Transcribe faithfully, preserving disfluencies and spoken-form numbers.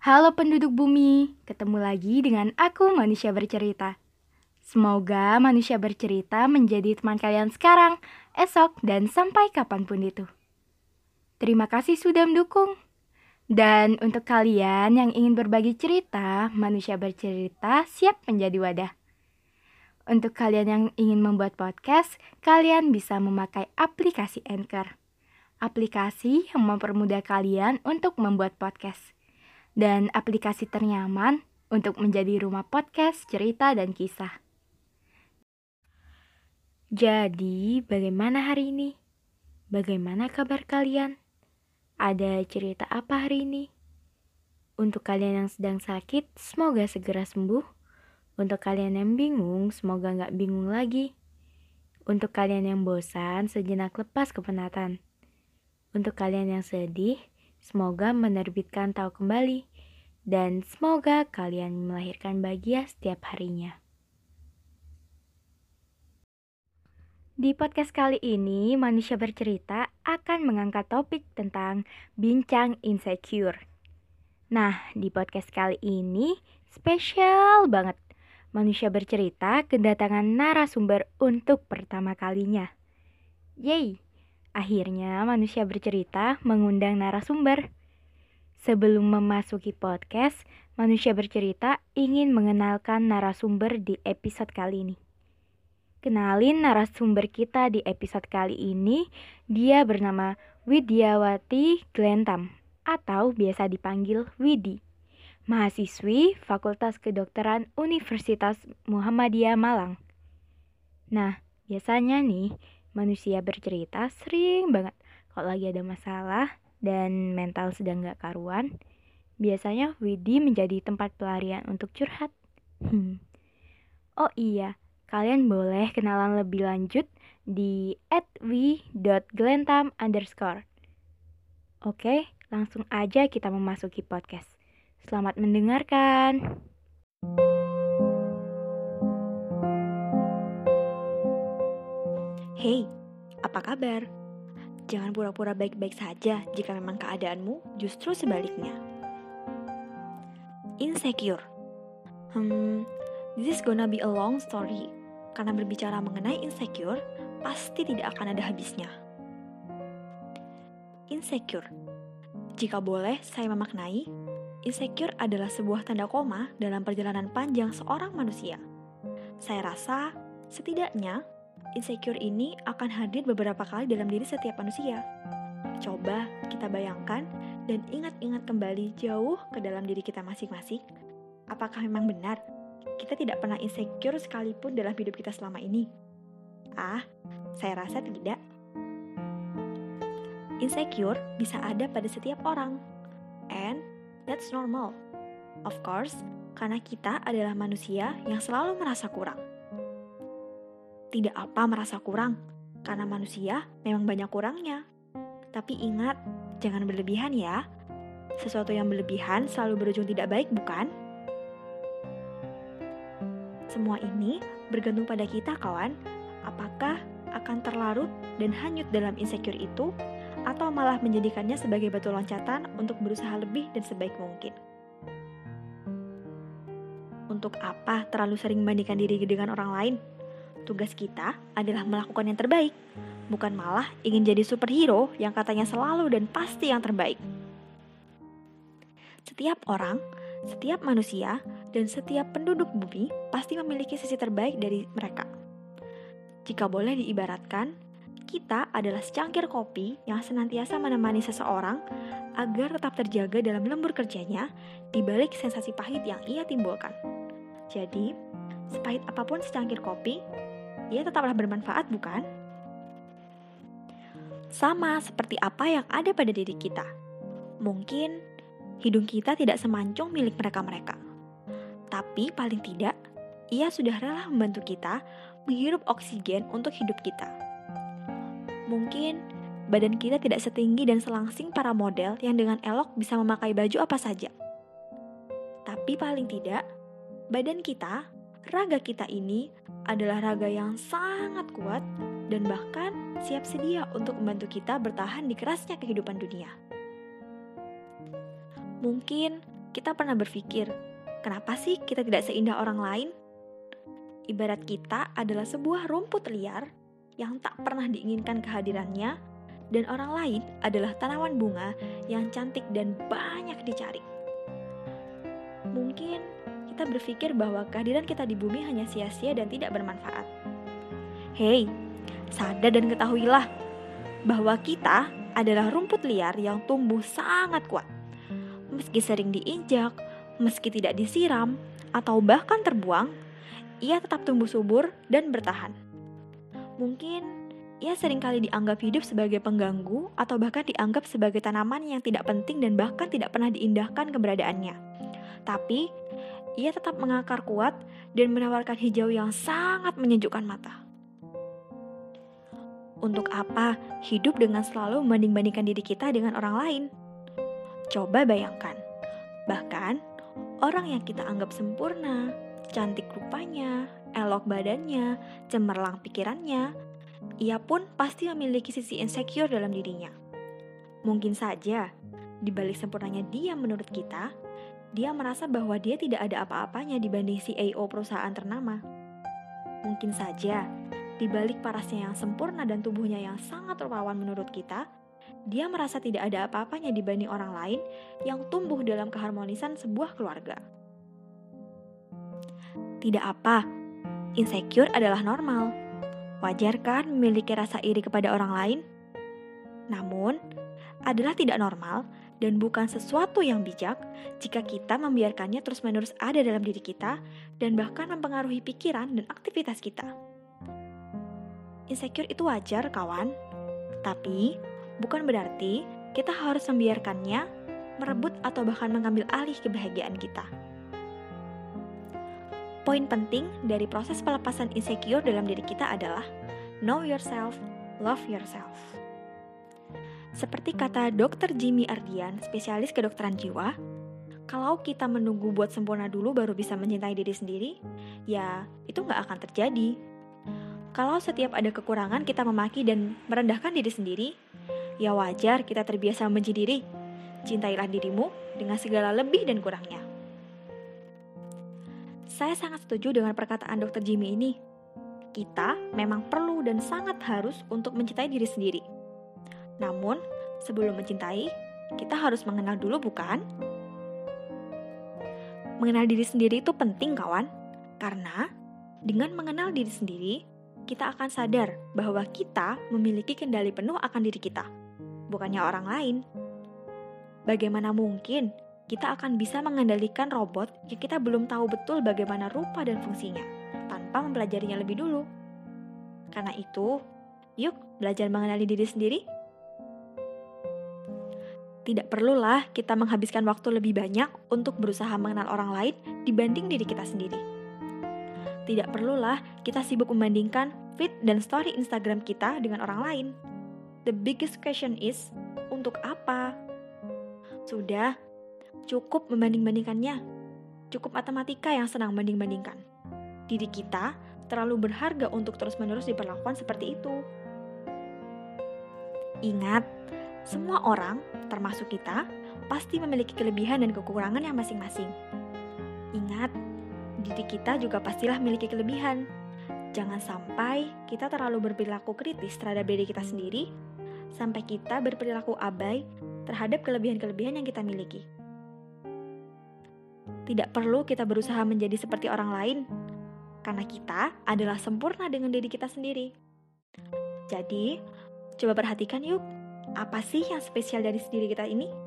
Halo penduduk bumi, ketemu lagi dengan aku Manusia Bercerita. Semoga Manusia Bercerita menjadi teman kalian sekarang, esok, dan sampai kapanpun itu. Terima kasih sudah mendukung. Dan untuk kalian yang ingin berbagi cerita, Manusia Bercerita siap menjadi wadah. Untuk kalian yang ingin membuat podcast, kalian bisa memakai aplikasi Anchor. Aplikasi yang mempermudah kalian untuk membuat podcast. Dan aplikasi ternyaman untuk menjadi rumah podcast, cerita, dan kisah. Jadi, bagaimana hari ini? Bagaimana kabar kalian? Ada cerita apa hari ini? Untuk kalian yang sedang sakit, semoga segera sembuh. Untuk kalian yang bingung, semoga gak bingung lagi. Untuk kalian yang bosan, sejenak lepas kepenatan. Untuk kalian yang sedih, semoga menerbitkan tahu kembali. Dan semoga kalian melahirkan bahagia setiap harinya. Di podcast kali ini, Manusia Bercerita akan mengangkat topik tentang bincang insecure. Nah, di podcast kali ini spesial banget. Manusia Bercerita kedatangan narasumber untuk pertama kalinya. Yeay, akhirnya Manusia Bercerita mengundang narasumber. Sebelum memasuki podcast, Manusia Bercerita ingin mengenalkan narasumber di episode kali ini. Kenalin narasumber kita di episode kali ini, dia bernama Widyawati Glentham atau biasa dipanggil Widi. Mahasiswi Fakultas Kedokteran Universitas Muhammadiyah Malang. Nah, biasanya nih, Manusia Bercerita sering banget kalau lagi ada masalah dan mental sedang gak karuan, biasanya Widi menjadi tempat pelarian untuk curhat. Hmm. Oh iya, kalian boleh kenalan lebih lanjut di at wi dot glentham underscore. Oke, langsung aja kita memasuki podcast. Selamat mendengarkan. Hey, apa kabar? Jangan pura-pura baik-baik saja jika memang keadaanmu justru sebaliknya. Insecure. Hmm, this is gonna be a long story. Karena berbicara mengenai insecure, pasti tidak akan ada habisnya. Insecure. Jika boleh saya memaknai, insecure adalah sebuah tanda koma dalam perjalanan panjang seorang manusia. Saya rasa, setidaknya, insecure ini akan hadir beberapa kali dalam diri setiap manusia. Coba kita bayangkan dan ingat-ingat kembali jauh ke dalam diri kita masing-masing. Apakah memang benar kita tidak pernah insecure sekalipun dalam hidup kita selama ini? Ah, saya rasa tidak. Insecure bisa ada pada setiap orang. And that's normal. Of course, karena kita adalah manusia yang selalu merasa kurang. Tidak apa merasa kurang, karena manusia memang banyak kurangnya. Tapi ingat, jangan berlebihan ya. Sesuatu yang berlebihan selalu berujung tidak baik, bukan? Semua ini bergantung pada kita, kawan. Apakah akan terlarut dan hanyut dalam insecure itu, atau malah menjadikannya sebagai batu loncatan untuk berusaha lebih dan sebaik mungkin? Untuk apa terlalu sering membandingkan diri dengan orang lain? Tugas kita adalah melakukan yang terbaik, bukan malah ingin jadi superhero yang katanya selalu dan pasti yang terbaik. Setiap orang, setiap manusia, dan setiap penduduk bumi pasti memiliki sisi terbaik dari mereka. Jika boleh diibaratkan, kita adalah secangkir kopi yang senantiasa menemani seseorang agar tetap terjaga dalam lembur kerjanya di balik sensasi pahit yang ia timbulkan. Jadi, sepahit apapun secangkir kopi, ia tetaplah bermanfaat, bukan? Sama seperti apa yang ada pada diri kita. Mungkin hidung kita tidak semancung milik mereka-mereka. Tapi paling tidak, ia sudah rela membantu kita menghirup oksigen untuk hidup kita. Mungkin badan kita tidak setinggi dan selangsing para model yang dengan elok bisa memakai baju apa saja. Tapi paling tidak, badan kita, raga kita ini adalah raga yang sangat kuat dan bahkan siap sedia untuk membantu kita bertahan di kerasnya kehidupan dunia. Mungkin kita pernah berpikir, kenapa sih kita tidak seindah orang lain? Ibarat kita adalah sebuah rumput liar yang tak pernah diinginkan kehadirannya, dan orang lain adalah tanaman bunga yang cantik dan banyak dicari. Mungkin kita berpikir bahwa kehadiran kita di bumi hanya sia-sia dan tidak bermanfaat. Hei, sadar dan ketahuilah bahwa kita adalah rumput liar yang tumbuh sangat kuat. Meski sering diinjak, meski tidak disiram, atau bahkan terbuang, ia tetap tumbuh subur dan bertahan. Mungkin ia seringkali dianggap hidup sebagai pengganggu atau bahkan dianggap sebagai tanaman yang tidak penting dan bahkan tidak pernah diindahkan keberadaannya. Tapi, ia tetap mengakar kuat dan menawarkan hijau yang sangat menyejukkan mata. Untuk apa hidup dengan selalu membanding-bandingkan diri kita dengan orang lain? Coba bayangkan, bahkan orang yang kita anggap sempurna, cantik rupanya, elok badannya, cemerlang pikirannya, ia pun pasti memiliki sisi insecure dalam dirinya. Mungkin saja, di balik sempurnanya dia menurut kita, dia merasa bahwa dia tidak ada apa-apanya dibanding C E O perusahaan ternama. Mungkin saja, di balik parasnya yang sempurna dan tubuhnya yang sangat rupawan menurut kita, dia merasa tidak ada apa-apanya dibanding orang lain yang tumbuh dalam keharmonisan sebuah keluarga. Tidak apa, insecure adalah normal. Wajar kan memiliki rasa iri kepada orang lain? Namun, adalah tidak normal dan bukan sesuatu yang bijak jika kita membiarkannya terus-menerus ada dalam diri kita dan bahkan mempengaruhi pikiran dan aktivitas kita. Insecure itu wajar, kawan. Tapi, bukan berarti kita harus membiarkannya merebut atau bahkan mengambil alih kebahagiaan kita. Poin penting dari proses pelepasan insecure dalam diri kita adalah know yourself, love yourself. Seperti kata dokter Jimmy Ardian, spesialis kedokteran jiwa, kalau kita menunggu buat sempurna dulu baru bisa mencintai diri sendiri, ya itu nggak akan terjadi. Kalau setiap ada kekurangan kita memaki dan merendahkan diri sendiri, ya wajar kita terbiasa membenci diri. Cintailah dirimu dengan segala lebih dan kurangnya. Saya sangat setuju dengan perkataan dokter Jimmy ini. Kita memang perlu dan sangat harus untuk mencintai diri sendiri. Namun, sebelum mencintai, kita harus mengenal dulu, bukan? Mengenal diri sendiri itu penting, kawan. Karena dengan mengenal diri sendiri, kita akan sadar bahwa kita memiliki kendali penuh akan diri kita, bukannya orang lain. Bagaimana mungkin kita akan bisa mengendalikan robot yang kita belum tahu betul bagaimana rupa dan fungsinya, tanpa mempelajarinya lebih dulu? Karena itu, yuk belajar mengenali diri sendiri. Tidak perlulah kita menghabiskan waktu lebih banyak untuk berusaha mengenal orang lain dibanding diri kita sendiri. Tidak perlulah kita sibuk membandingkan feed dan story Instagram kita dengan orang lain. The biggest question is, untuk apa? Sudah, cukup membanding-bandingkannya. Cukup matematika yang senang banding-bandingkan. Diri kita terlalu berharga untuk terus-menerus diperlakukan seperti itu. Ingat, semua orang, termasuk kita, pasti memiliki kelebihan dan kekurangan yang masing-masing. Ingat, diri kita juga pastilah memiliki kelebihan. Jangan sampai kita terlalu berperilaku kritis terhadap diri kita sendiri, sampai kita berperilaku abai terhadap kelebihan-kelebihan yang kita miliki. Tidak perlu kita berusaha menjadi seperti orang lain, karena kita adalah sempurna dengan diri kita sendiri. Jadi, coba perhatikan yuk, apa sih yang spesial dari diri kita ini?